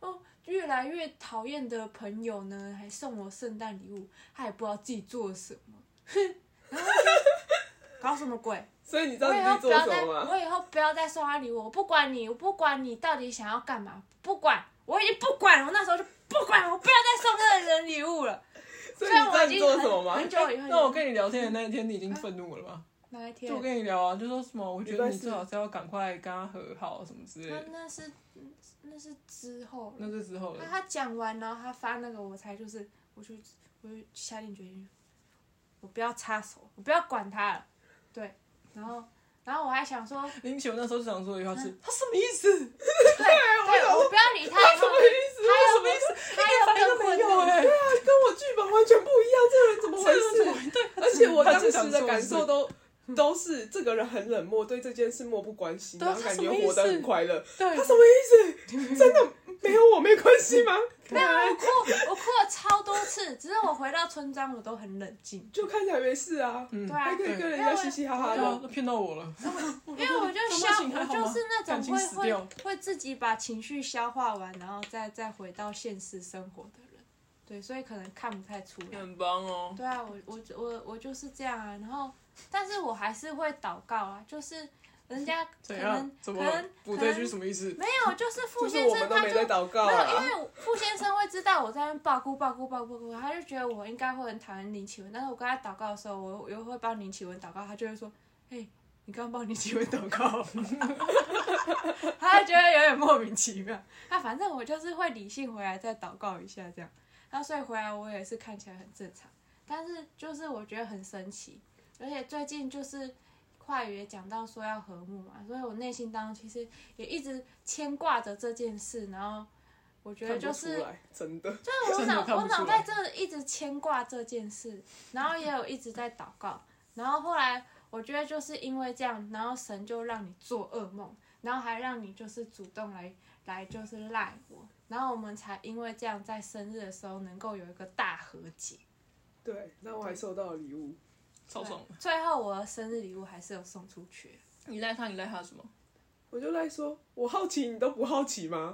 Speaker 3: 越来越讨厌的朋友呢，还送我圣诞礼物，他也不知道自己做了什么，然后就搞什么鬼？
Speaker 2: 所以你知道你
Speaker 3: 我以后
Speaker 2: 自己做
Speaker 3: 不要再，
Speaker 2: 什么吗？
Speaker 3: 我以后不要再送他礼物，我不管你，我不管你到底想要干嘛，不管，我已经不管了，我那时候就不管了，我不要再送任何人礼物了。
Speaker 2: 所以你知道你做了什么吗？
Speaker 3: 很久以后，
Speaker 1: 那我跟你聊天的那一天，你已经愤怒了吗？
Speaker 3: 哪一天？
Speaker 1: 就我跟你聊啊，就说什么，我觉得你最好是要赶快跟他和好什么之类
Speaker 3: 那
Speaker 1: 的。
Speaker 3: 那是那是之后了，
Speaker 1: 那是之后的。
Speaker 3: 他他讲完，然后他发那个，我才就是我就我就下定决心，我不要插手，我不要管他了，对，然后然后我还想说，
Speaker 1: 林奇，我那时候就想说一句话是，
Speaker 3: 嗯
Speaker 1: 他什么意思？
Speaker 3: 对对，我不要理他，
Speaker 2: 他什么意思？
Speaker 3: 他
Speaker 1: 什么意思？
Speaker 3: 他又更混
Speaker 1: 有哎、
Speaker 2: 对啊，跟我剧本完全不一样，这个人怎么回事？
Speaker 1: 对，
Speaker 2: 而且我当时的感受都都是这个人很冷漠，对这件事漠不关心，
Speaker 1: 对
Speaker 2: 然后感觉活得很快乐。
Speaker 1: 对，
Speaker 2: 他什么意思？真的没有我没关系吗？
Speaker 3: 没有，我哭，我哭了超多次，只是我回到村庄，我都很冷静。
Speaker 2: 就看起来没事啊，
Speaker 1: 嗯
Speaker 3: 对，啊
Speaker 2: 还可以跟人家嘻嘻哈哈
Speaker 1: 对啊，
Speaker 2: 的。
Speaker 1: 都骗到我了。
Speaker 3: 因为我就消，我就是那种
Speaker 1: 感情
Speaker 3: 会会
Speaker 1: 死掉
Speaker 3: 会自己把情绪消化完，然后再再回到现实生活的人。对，所以可能看不太出来。
Speaker 1: 很棒哦。
Speaker 3: 对啊，我我我我就是这样啊，然后，但是我还是会祷告啊，就是人家可
Speaker 1: 怎样
Speaker 3: 能？
Speaker 1: 怎么
Speaker 3: 可能
Speaker 1: 补这句什么意思？
Speaker 3: 没有，就是傅
Speaker 2: 就是
Speaker 3: 先
Speaker 2: 我们都没
Speaker 3: 生他就
Speaker 2: 在祷告
Speaker 3: 没有，
Speaker 2: 啊。
Speaker 3: 因为傅先生会知道我在那边爆哭爆哭爆哭爆哭，他就觉得我应该会很讨厌林启文，但是我跟他祷告的时候，我我又会帮林启文祷告，他就会说，嘿，你刚帮林启文祷告，他就觉得有点莫名其妙。那反正我就是会理性回来再祷告一下这样，那所以回来我也是看起来很正常，但是就是我觉得很神奇，而且最近就是。话语也讲到说要和睦嘛，所以我内心当中其实也一直牵挂着这件事，然后我觉得就是
Speaker 2: 看不出来真的，
Speaker 3: 就是我脑
Speaker 1: 真的看不
Speaker 3: 我脑
Speaker 1: 出来
Speaker 3: 袋真的一直牵挂这件事，然后也有一直在祷告，然后后来我觉得就是因为这样，然后神就让你做噩梦，然后还让你就是主动来来就是赖我，然后我们才因为这样在生日的时候能够有一个大和解。
Speaker 2: 对，那我还收到了礼物。
Speaker 1: 超爽的。
Speaker 3: 最后我的生日礼物还是有送出去。
Speaker 1: 你赖他，你赖他什么？
Speaker 2: 我就来说，我好奇，你都不好奇吗？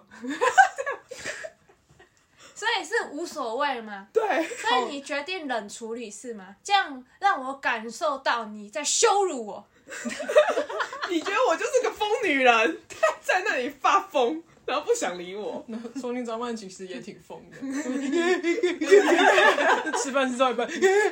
Speaker 3: 所以是无所谓吗？
Speaker 2: 对，
Speaker 3: 所以你决定冷处理是吗？这样让我感受到你在羞辱我。
Speaker 2: 你觉得我就是个疯女人，在那里发疯，然后不想理我。
Speaker 1: 那说明张曼其实也挺疯的。吃饭吃到一半，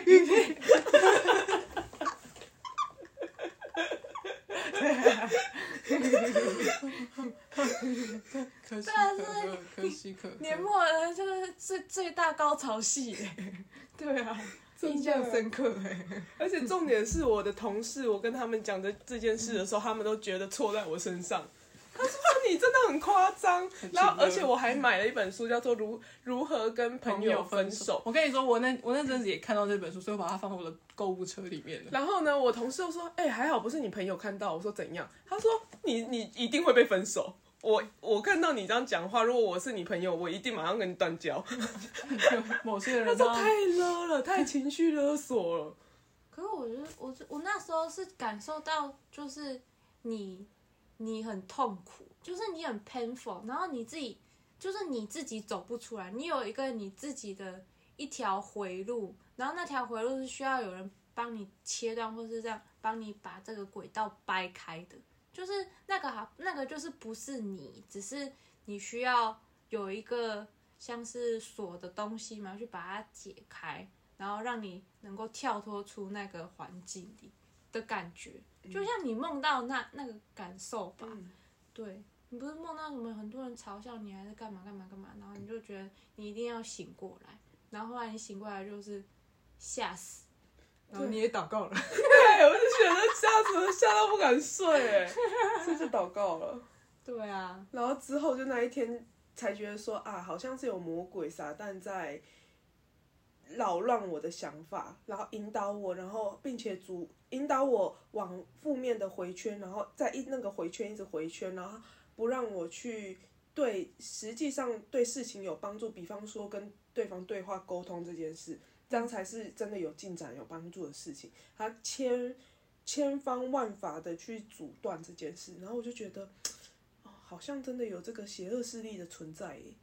Speaker 1: 可喜可贺，可喜可贺。
Speaker 3: 年末的就是最最大高潮戏耶，对啊，印象深刻哎。
Speaker 2: 而且重点是我的同事，我跟他们讲的这件事的时候，他们都觉得错在我身上。他说：“你真的很夸张。”然后，而且我还买了一本书，叫做《如如何跟朋友分手》。
Speaker 1: 我跟你说，我那我那阵子也看到这本书，所以我把它放到我的购物车里面了。
Speaker 2: 然后呢，我同事就说：“哎、欸，还好不是你朋友看到。”我说：“怎样？”他说：“你你一定会被分手。我我看到你这样讲话，如果我是你朋友，我一定马上跟你断交。”
Speaker 1: 某些人
Speaker 2: 他说太勒了，太情绪勒索了。
Speaker 3: 可是我觉得，我我那时候是感受到，就是你你很痛苦，就是你很 painful， 然后你自己就是你自己走不出来，你有一个你自己的一条回路，然后那条回路是需要有人帮你切断，或是这样帮你把这个轨道掰开的。就是那个好，那个就是不是你，只是你需要有一个像是锁的东西嘛，去把它解开，然后让你能够跳脱出那个环境里的感觉，就像你梦到那那个感受吧。嗯、对，你不是梦到什么很多人嘲笑你，还是干嘛干嘛干嘛，然后你就觉得你一定要醒过来，然后后来你醒过来就是吓死。然后你也祷告了，
Speaker 2: 对，我就觉得吓死了，吓到不敢睡，哎，所以就祷告了。
Speaker 3: 对啊，
Speaker 2: 然后之后就那一天才觉得说啊，好像是有魔鬼撒旦在扰乱我的想法，然后引导我，然后并且主引导我往负面的回圈，然后在一那个回圈一直回圈，然后不让我去对实际上对事情有帮助，比方说跟对方对话沟通这件事。这样才是真的有进展、有帮助的事情。他千千方万法的去阻断这件事，然后我就觉得，哦，好像真的有这个邪恶势力的存在耶。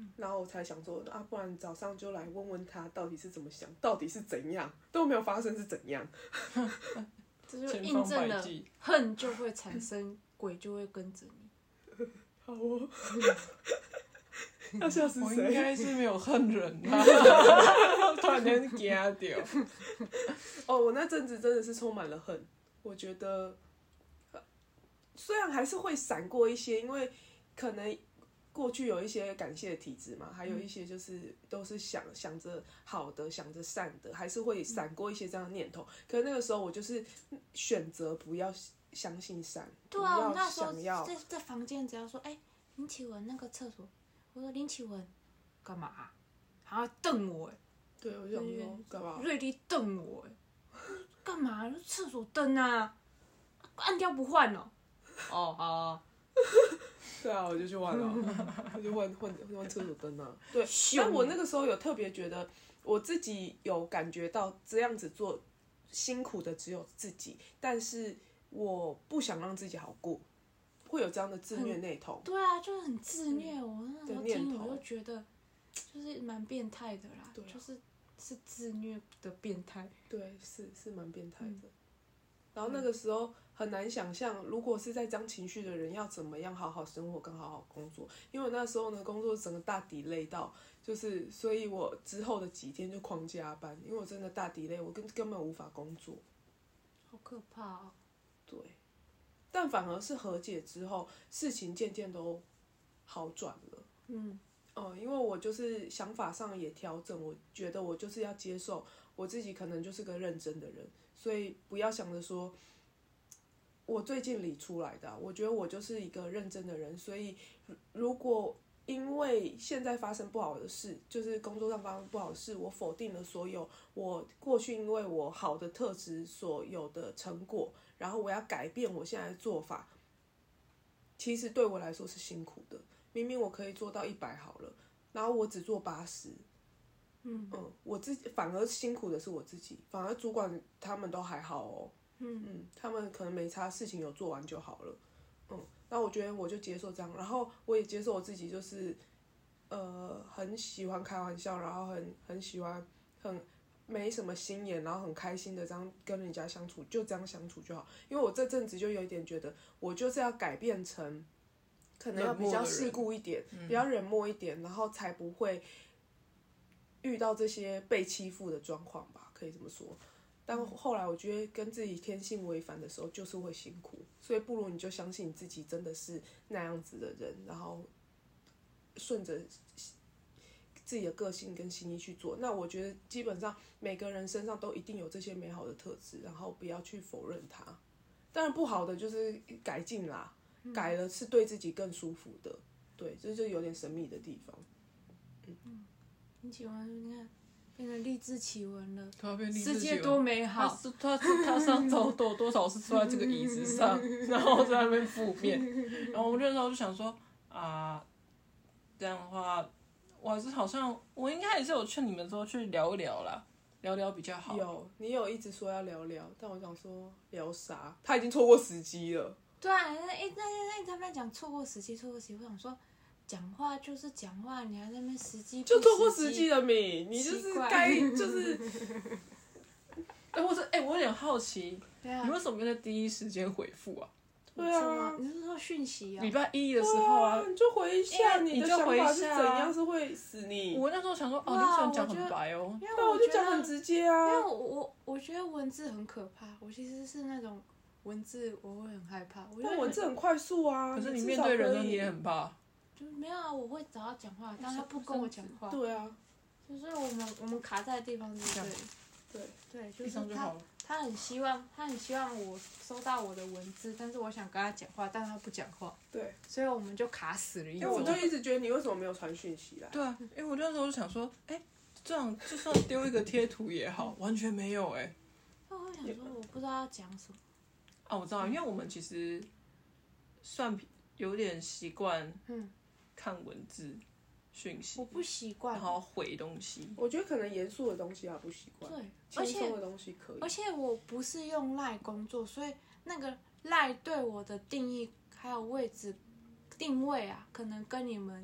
Speaker 2: 然后我才想说啊，不然早上就来问问他到底是怎么想，到底是怎样，都没有发生是怎样。
Speaker 3: 这就印证了恨就会产生，鬼就会跟着你。
Speaker 2: 好哦。要笑死谁？
Speaker 1: 我应该是没有恨人啊，突然间惊掉。
Speaker 2: 哦，我那阵子真的是充满了恨。我觉得，虽然还是会闪过一些，因为可能过去有一些感谢的体质嘛，还有一些就是都是想想着好的，想着善的，还是会闪过一些这样的念头。可是那个时候我就是选择不要相信善，
Speaker 3: 对啊，
Speaker 2: 不要
Speaker 3: 我那时候
Speaker 2: 想要
Speaker 3: 在在房间只要说，哎、欸，林启文那个厕所，我说林启文干嘛、啊？还要瞪我哎、欸，
Speaker 2: 对，我就想说干嘛？
Speaker 3: 锐利瞪我哎、欸，干嘛？厕所灯啊，按掉不换哦。哦，好、啊。
Speaker 2: 对啊，我就去换了，我就换换换厕所灯啊。对，但我那个时候有特别觉得，我自己有感觉到这样子做辛苦的只有自己，但是我不想让自己好过，会有这样的自虐内头。
Speaker 3: 对啊，就是很自虐。嗯、我那时候听我就觉得，就是蛮变态的啦，
Speaker 2: 对啊、
Speaker 3: 就是是自虐的变态。
Speaker 2: 对，是是蛮变态的。嗯、然后那个时候很难想象，如果是在这样情绪的人，要怎么样好好生活跟好好工作。因为我那时候呢，工作整个大底累到，就是所以我之后的几天就狂加班，因为我真的大底累，我根根本无法工作。
Speaker 3: 好可怕哦。
Speaker 2: 对，但反而是和解之后，事情渐渐都好转了。嗯，哦、嗯，因为我就是想法上也调整，我觉得我就是要接受我自己，可能就是个认真的人，所以不要想着说，我最近理出来的、啊，我觉得我就是一个认真的人，所以如果因为现在发生不好的事，就是工作上发生不好的事，我否定了所有我过去因为我好的特质所有的成果，然后我要改变我现在的做法，其实对我来说是辛苦的。明明我可以做到一百好了，然后我只做八十，嗯嗯，我自己反而辛苦的是我自己，反而主管他们都还好哦，嗯嗯，他们可能没差，事情有做完就好了，嗯。那我觉得我就接受这样，然后我也接受我自己，就是呃很喜欢开玩笑，然后很很喜欢很没什么心眼，然后很开心的这样跟人家相处，就这样相处就好。因为我这阵子就有一点觉得，我就是要改变成可能要比较世故一点，比较冷漠一点，然后才不会遇到这些被欺负的状况吧，可以这么说。但后来我觉得跟自己天性违反的时候，就是会辛苦，所以不如你就相信你自己真的是那样子的人，然后顺着自己的个性跟心意去做。那我觉得基本上每个人身上都一定有这些美好的特质，然后不要去否认它。当然不好的就是改进啦，嗯、改了是对自己更舒服的。对，这就有点神秘的地方。
Speaker 3: 嗯，你喜欢你看。变成励志奇文了，
Speaker 1: 他变励志奇文，
Speaker 3: 世界多美好。
Speaker 1: 他他他上周多多少是坐在这个椅子上，然后在那边负面，然后我那时候就想说啊，这样的话，我还是好像我应该也是有劝你们说去聊一聊啦，聊聊比较好。
Speaker 2: 有，你有一直说要聊聊，但我想说聊啥？他已经错过时机了。
Speaker 3: 对啊，那那那那他们讲错过时机，错过时机，我想说。讲话就是讲话，你还在那边时机
Speaker 2: 就错过时机了米，你就是该就是。
Speaker 1: 哎、欸，我是哎、欸，我有点好奇，
Speaker 3: 对啊，
Speaker 1: 你为什么在第一时间回复啊？
Speaker 2: 对啊，
Speaker 3: 你是说讯息啊？
Speaker 1: 礼拜一的时候啊，
Speaker 2: 啊你就回一下，你的想法是怎样？
Speaker 1: 啊、
Speaker 2: 是会死你？
Speaker 1: 我那时候想说，哦，你喜欢讲很白哦，
Speaker 3: 因为
Speaker 2: 我就讲很直接啊。
Speaker 3: 因为我我我觉得文字很可怕，我其实是那种文字我会很害怕。
Speaker 2: 但文字很快速啊，
Speaker 1: 可是你面对人呢，你也很怕。
Speaker 3: 就没有啊，我会找他讲话，但他不跟我讲话。
Speaker 2: 对啊，
Speaker 3: 就是我们我们卡在的地方是对，
Speaker 2: 对
Speaker 3: 对，就是他他很希望他很希望我收到我的文字，但是我想跟他讲话，但他不讲话。
Speaker 2: 对，
Speaker 3: 所以我们就卡死了。因
Speaker 2: 为我就一直觉得你为什么没有传讯息来？
Speaker 1: 对啊，因为我那时候就想说，哎、欸，这样就算丢一个贴图也好，完全没有哎、欸。
Speaker 3: 那我想说，我不知道要讲什么。
Speaker 1: 啊，我知道，因为我们其实算有点习惯，嗯。看文字讯息，
Speaker 3: 我不习惯，
Speaker 1: 然后回东西。
Speaker 2: 我觉得可能严肃的东西还不习惯，
Speaker 3: 对，
Speaker 2: 轻松的东西可以。
Speaker 3: 而且我不是用赖工作，所以那个赖对我的定义还有位置定位啊，可能跟你们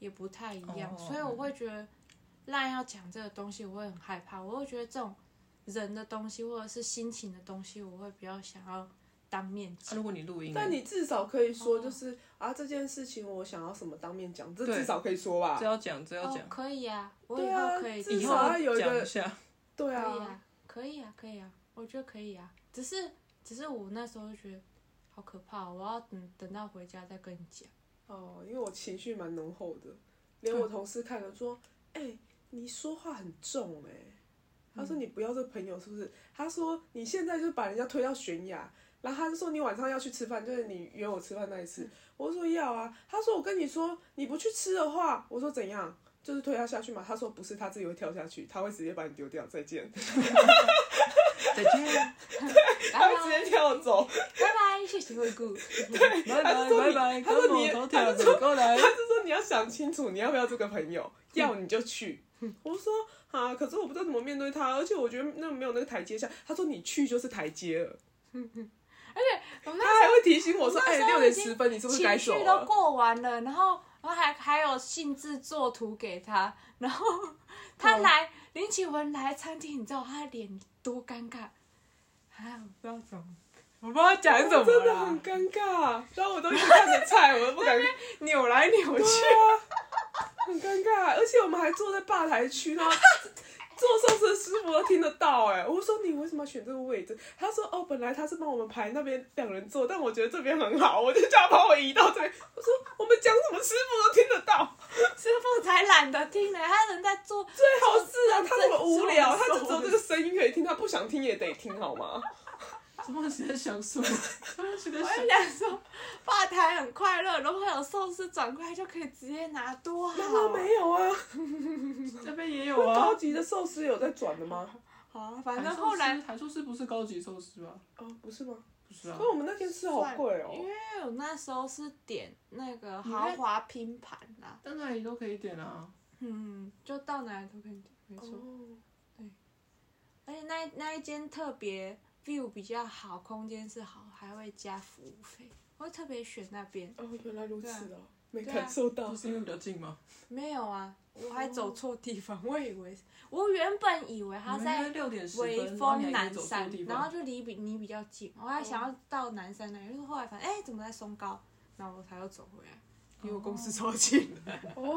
Speaker 3: 也不太一样，
Speaker 1: 哦
Speaker 3: 所以我会觉得烂要讲这个东西，我会很害怕。我会觉得这种人的东西或者是心情的东西，我会比较想要当面
Speaker 1: 啊、
Speaker 3: 讲。
Speaker 1: 如果你录音，
Speaker 2: 但你至少可以说，就是、哦、啊这件事情我想要什么当面讲，这至少可以说吧。
Speaker 1: 这要讲，这要讲、
Speaker 3: 哦，可以啊，我以后可以，
Speaker 2: 啊、至少要有一个，
Speaker 3: 对
Speaker 2: 啊，
Speaker 3: 可以啊，可以啊，可以啊，我觉得可以啊。只是，只是我那时候就觉得好可怕，我要等等到回家再跟你讲。
Speaker 2: 哦，因为我情绪蛮浓厚的，连我同事看了说，哎、欸，你说话很重哎、欸。他说你不要这个朋友是不是？他说你现在就把人家推到悬崖，然后他就说你晚上要去吃饭，就是你约我吃饭那一次，我就说要啊。他说我跟你说你不去吃的话，我说怎样？就是推他下去嘛。他说不是，他自己会跳下去，他会直接把你丢掉，再见。
Speaker 1: 再见。
Speaker 2: 对，他会直接跳走。
Speaker 3: 拜拜，谢谢惠顾。
Speaker 2: 对，
Speaker 1: 拜拜拜拜。
Speaker 2: 他说你，他就说
Speaker 1: 过来，
Speaker 2: 他就说你要想清楚，你要不要这个朋友？要你就去。我说啊，可是我不知道怎么面对他，而且我觉得那没有那个台阶下。他说你去就是台阶了。
Speaker 3: 而且我们
Speaker 2: 他还会提醒我说，哎，六点十分你是不是该走了？
Speaker 3: 情绪都过完了，然后然后还还有兴致作图给他，然后他来、嗯、林启文来餐厅，你知道他脸多尴尬。哎，我不知道怎么，我不知道讲什么啦，
Speaker 2: 真的很尴尬。然后我都一直看着菜，我都不敢
Speaker 3: 扭来扭去。
Speaker 2: 很尴尬，而且我们还坐在吧台区，然后做寿司的师傅都听得到哎。我说你为什么要选这个位置？他说哦，本来他是帮我们排那边两人坐，但我觉得这边很好，我就叫他帮我移到这边。我说我们讲什么师傅都听得到，
Speaker 3: 师傅才懒得听呢，他人在做。
Speaker 2: 最好是啊，他那么无聊，他就只有这个声音可以听，他不想听也得听好吗？
Speaker 1: 怎么是在想说？我
Speaker 3: 就想说，吧台很快乐，然后有寿司转过来就可以直接拿，多好。
Speaker 2: 那没有啊，
Speaker 1: 这边也有啊。
Speaker 2: 高级的寿司有在转的吗？
Speaker 3: 好啊，反正后来
Speaker 1: 台寿司不是高级寿司吧？
Speaker 2: 哦，不是吗？
Speaker 1: 不是啊。
Speaker 2: 可是我们那天吃好贵哦。
Speaker 3: 因为我那时候是点那个豪华拼盘啦，
Speaker 1: 到哪里都可以点啊。
Speaker 3: 嗯，就到哪里都可以点，没错。
Speaker 2: 哦、
Speaker 3: 对，而且那那一间特别。view 比较好，空间是好，还会加服务费。我会特别选那边。
Speaker 2: 哦，原来如此哦，啊、没感受到。
Speaker 1: 就是因为比较近吗？
Speaker 3: 没有啊，我还走错地方。我以为，我原本以为他在微风南山，然后就离比你比较近，我还想要到南山那里，就是后来发现，哎、欸，怎么在松高？然后我才又走回来，离我公司超近的。
Speaker 2: 哦，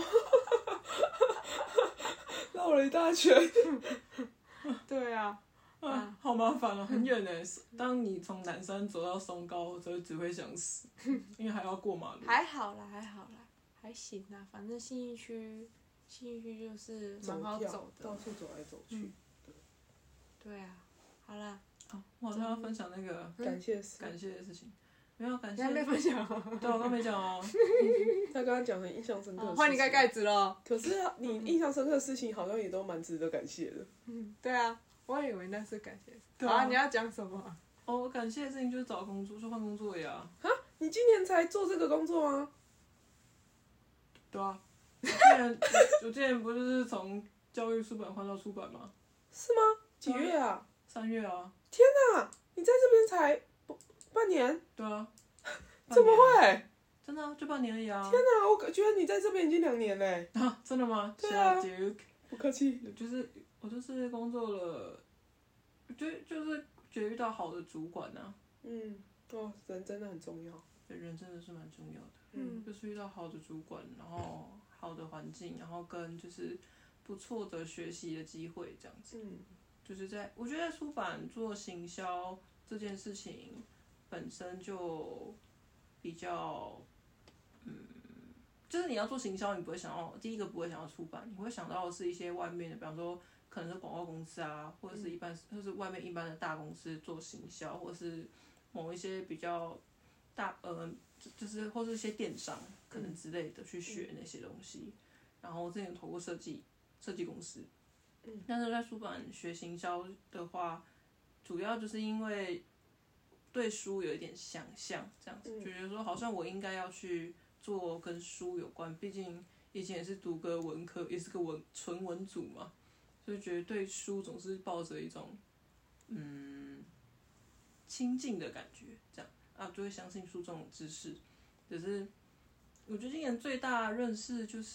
Speaker 2: 绕了一大圈。
Speaker 3: 对啊。
Speaker 1: 啊，好麻烦哦，很远呢。当你从南山走到松高，我就只会想死，因为还要过马路。
Speaker 3: 还好啦，还好啦，还行啦。反正信义区，信义区就是蛮好走的，
Speaker 2: 到处走来走去。嗯、
Speaker 3: 对啊，好啦。
Speaker 1: 哦，我好像要分享那个
Speaker 2: 感谢
Speaker 1: 感谢的事情，没有感谢。
Speaker 3: 你还没分享啊？
Speaker 1: 对，我刚没讲哦。
Speaker 2: 他刚刚讲很印象深刻。
Speaker 3: 换你盖盖子了。
Speaker 2: 可是你印象深刻的事情，好像也都蛮值得感谢的。
Speaker 3: 嗯，对啊。我以为那是感谢。好啊，你要讲什么？
Speaker 1: 哦，我感谢的事情就是找工作，就换工作呀。
Speaker 2: 哈，你今年才做这个工作吗？
Speaker 1: 对啊。我之前我之前不就是从教育出版换到出版吗？
Speaker 2: 是吗？几月啊？
Speaker 1: 三月啊。
Speaker 2: 天哪，你在这边才半年？
Speaker 1: 对啊。
Speaker 2: 怎么会？
Speaker 1: 真的、啊、就半年而已啊。
Speaker 2: 天哪，我觉得你在这边已经两年嘞。
Speaker 1: 啊，真的吗？
Speaker 2: 对啊。
Speaker 1: 不
Speaker 2: 客气。
Speaker 1: 就是。我就是工作了，就就是觉得遇到好的主管啊。
Speaker 2: 嗯，哦，人真的很重要。
Speaker 1: 对，人真的是蛮重要的。
Speaker 2: 嗯，
Speaker 1: 就是遇到好的主管，然后好的环境，然后跟就是不错的学习的机会这样子。
Speaker 2: 嗯，
Speaker 1: 就是在我觉得出版做行销这件事情本身就比较，嗯，就是你要做行销，你不会想到第一个不会想到出版，你会想到的是一些外面的，比方说。可能是广告公司啊，或者是一般，或是外面一般的大公司做行销，或者是某一些比较大，呃，就是或是一些电商可能之类的去学那些东西。然后之前投过设计设计公司，但是在出版学行销的话，主要就是因为对书有一点想象，这样子，就觉得说好像我应该要去做跟书有关，毕竟以前也是读个文科，也是个文纯文组嘛。所以觉得对书总是抱着一种嗯亲近的感觉，这样啊就会相信书这种知识。只是我觉得今年最大的认识就是，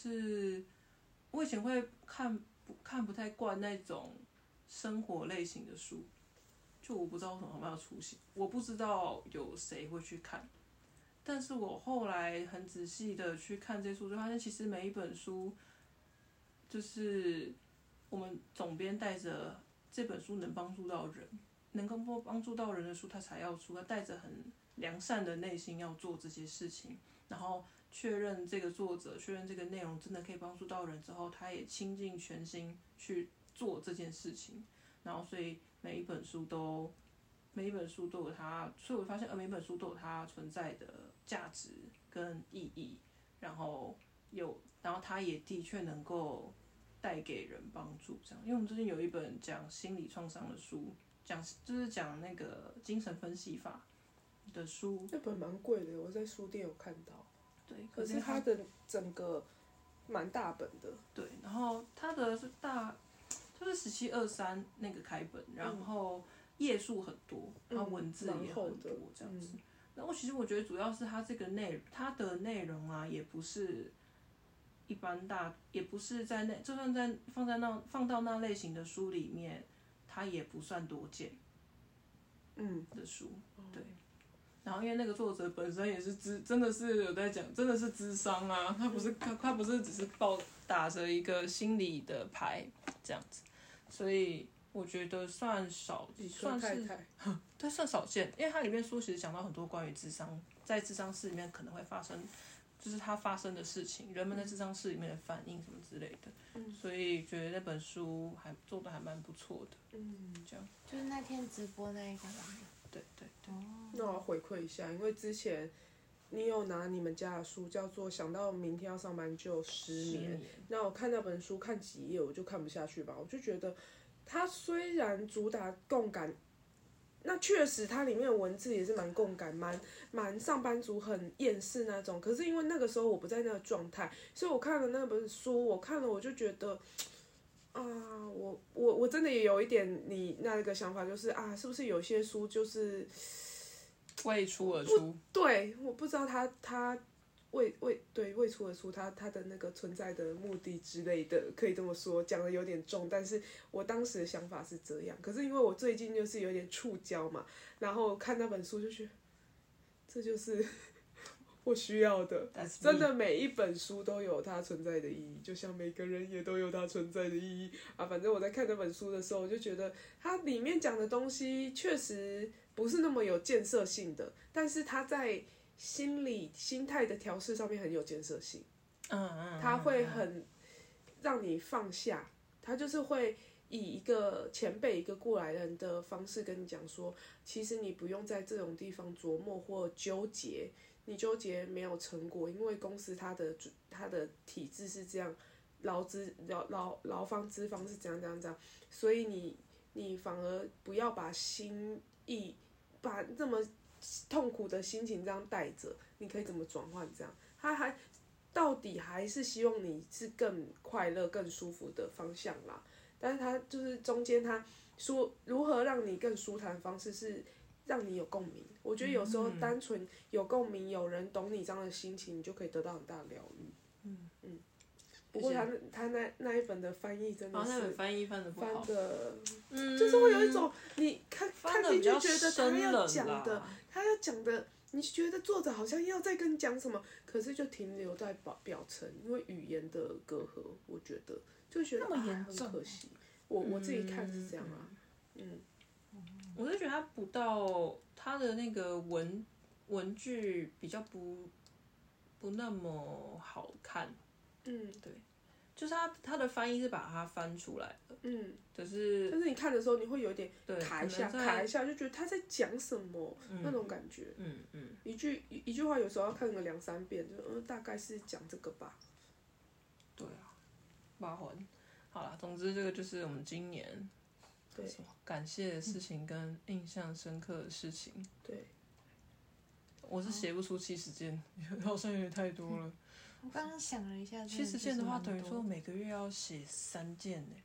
Speaker 1: 我以前会看不看不太惯那种生活类型的书，就我不知道为什么他们要出现，我不知道有谁会去看。但是我后来很仔细的去看这些书，就发现其实每一本书，就是我们总编带着这本书能帮助到人，能够帮助到人的书，他才要出。他带着很良善的内心要做这些事情，然后确认这个作者、确认这个内容真的可以帮助到人之后，他也倾尽全心去做这件事情。然后，所以每一本书都。每一本书都有它，所以我发现，呃，每一本书都有它存在的价值跟意义，然后有，然后它也的确能够带给人帮助，这样。因为我们最近有一本讲心理创伤的书，讲就是讲那个精神分析法的书，
Speaker 2: 那本蛮贵的，我在书店有看到。
Speaker 1: 对，
Speaker 2: 可是它的整个蛮大本的。
Speaker 1: 对，然后它的是大，就是十七二三那个开本，然后。页数很多，然后文字也很多，这样子。然后其实我觉得主要是它这个内，它的内容啊，也不是一般大，也不是在那，就算在放在那放到那类型的书里面，它也不算多见。嗯的书，对。然后因为那个作者本身也是智，真的是有在讲，真的是智商啊，他不是他他不是只是报打着一个心理的牌这样子，所以。我觉得算少，算是对算少见，因为它里面书其实讲到很多关于智商，在智商室里面可能会发生，就是它发生的事情，人们在智商室里面的反应什么之类的，嗯、所以觉得那本书还做的还蛮不错的，嗯，这样。
Speaker 3: 就是那天直播那一个吗？
Speaker 1: 对对对。
Speaker 2: 那我要回馈一下，因为之前你有拿你们家的书叫做《想到明天要上班就失眠》，那我看那本书看几页我就看不下去吧，我就觉得。它虽然主打共感，那确实它里面的文字也是蛮共感，蛮蛮上班族很厌世那种。可是因为那个时候我不在那个状态，所以我看了那本书，我看了我就觉得，啊，我我我真的也有一点你那个想法，就是啊，是不是有些书就是
Speaker 1: 未出而出？
Speaker 2: 对，我不知道他他。未未对未出而出，他他的那个存在的目的之类的，可以这么说，讲的有点重，但是我当时的想法是这样。可是因为我最近就是有点触礁嘛，然后看那本书就觉得，这就是我需要的。真的每一本书都有它存在的意义，就像每个人也都有它存在的意义啊。反正我在看那本书的时候，我就觉得它里面讲的东西确实不是那么有建设性的，但是它在。心理心态的调试上面很有建设性，嗯嗯，他会很让你放下，他就是会以一个前辈、一个过来人的方式跟你讲说，其实你不用在这种地方琢磨或纠结，你纠结没有成果，因为公司它的它的体制是这样，劳资劳劳劳方资方是这样这样这样，所以你你反而不要把心意把这么。痛苦的心情这样带着，你可以怎么转换？这样，他还到底还是希望你是更快乐、更舒服的方向啦。但是他就是中间他说如何让你更舒坦的方式是让你有共鸣。我觉得有时候单纯有共鸣，有人懂你这样的心情，你就可以得到很大的疗愈。嗯嗯。不过他他那那一本的翻译真的是，
Speaker 1: 哦，那本翻译翻的不好，
Speaker 2: 翻的，嗯，就是会有一种你看看进去觉得他要讲的，他要讲的，你觉得作者好像要再跟你讲什么，可是就停留在表表层，因为语言的隔阂，我觉得就觉得
Speaker 3: 那么严
Speaker 2: 重、啊，很可惜。我我自己看是这样啊，嗯，
Speaker 1: 嗯我是觉得他不到他的那个文文句比较不不那么好看。嗯，对，就是他他的翻译是把它翻出来的，嗯，可是
Speaker 2: 但是你看的时候你会有点卡一下卡一下，就觉得他在讲什么、嗯、那种感觉，嗯嗯，一句一一句话有时候要看个两三遍，就嗯大概是讲这个吧。
Speaker 1: 对啊，麻烦。好啦，总之这个就是我们今年对什么感谢的事情跟印象深刻的事情。
Speaker 2: 对，
Speaker 1: 我是写不出七十件，好像有点太多了。
Speaker 3: 我刚刚想了一下，
Speaker 1: 七十件的话，等于说每个月要写三件呢。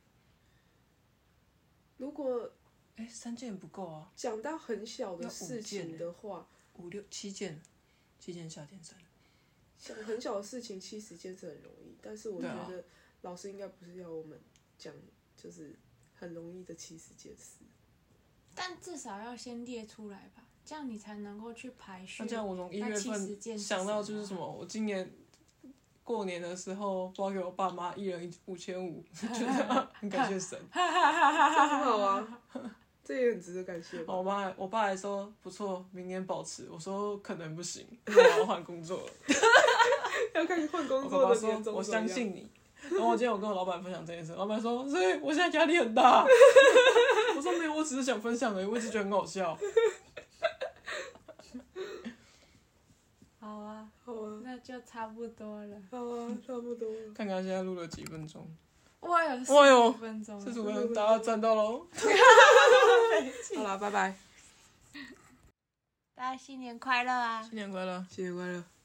Speaker 2: 如果
Speaker 1: 哎、欸，三件不够啊。
Speaker 2: 讲到很小的事情的话，
Speaker 1: 五六七件，七件下点三。
Speaker 2: 想很小的事情七十件是很容易，但是我觉
Speaker 1: 对
Speaker 2: 得老师应该不是要我们讲就是很容易的七十件事。
Speaker 3: 但至少要先列出来吧，这样你才能够去排序。
Speaker 1: 那这样我从一月
Speaker 3: 那七十
Speaker 1: 份
Speaker 3: 件是
Speaker 1: 想到就
Speaker 3: 什么
Speaker 1: 是什么，我今年过年的时候包给我爸妈一人五千五，觉得很感谢神。
Speaker 2: 这很好啊，这也很值得感谢吧。
Speaker 1: 我妈我爸还说不错，明年保持。我说可能不行，因为我要换工作了。
Speaker 2: 要看换工
Speaker 1: 我
Speaker 2: 作
Speaker 1: 爸爸说我
Speaker 2: 的年终怎么样
Speaker 1: 相信你。然后我今天我跟我老板分享这件事，老板说所以我现在压力很大。我说没有，我只是想分享而已，我一直觉得很好笑。
Speaker 3: 好啊，
Speaker 2: 好啊，
Speaker 3: 那就差不多了。
Speaker 2: 好啊，差不多了。
Speaker 1: 看看现在录了几分钟。
Speaker 3: 哇有四
Speaker 1: 哇哟
Speaker 3: 十分钟了，
Speaker 1: 四十五分钟，大家赚到喽！
Speaker 2: 好啦，拜拜，
Speaker 3: 大家新年快乐啊！
Speaker 1: 新年快乐！
Speaker 2: 新年快乐。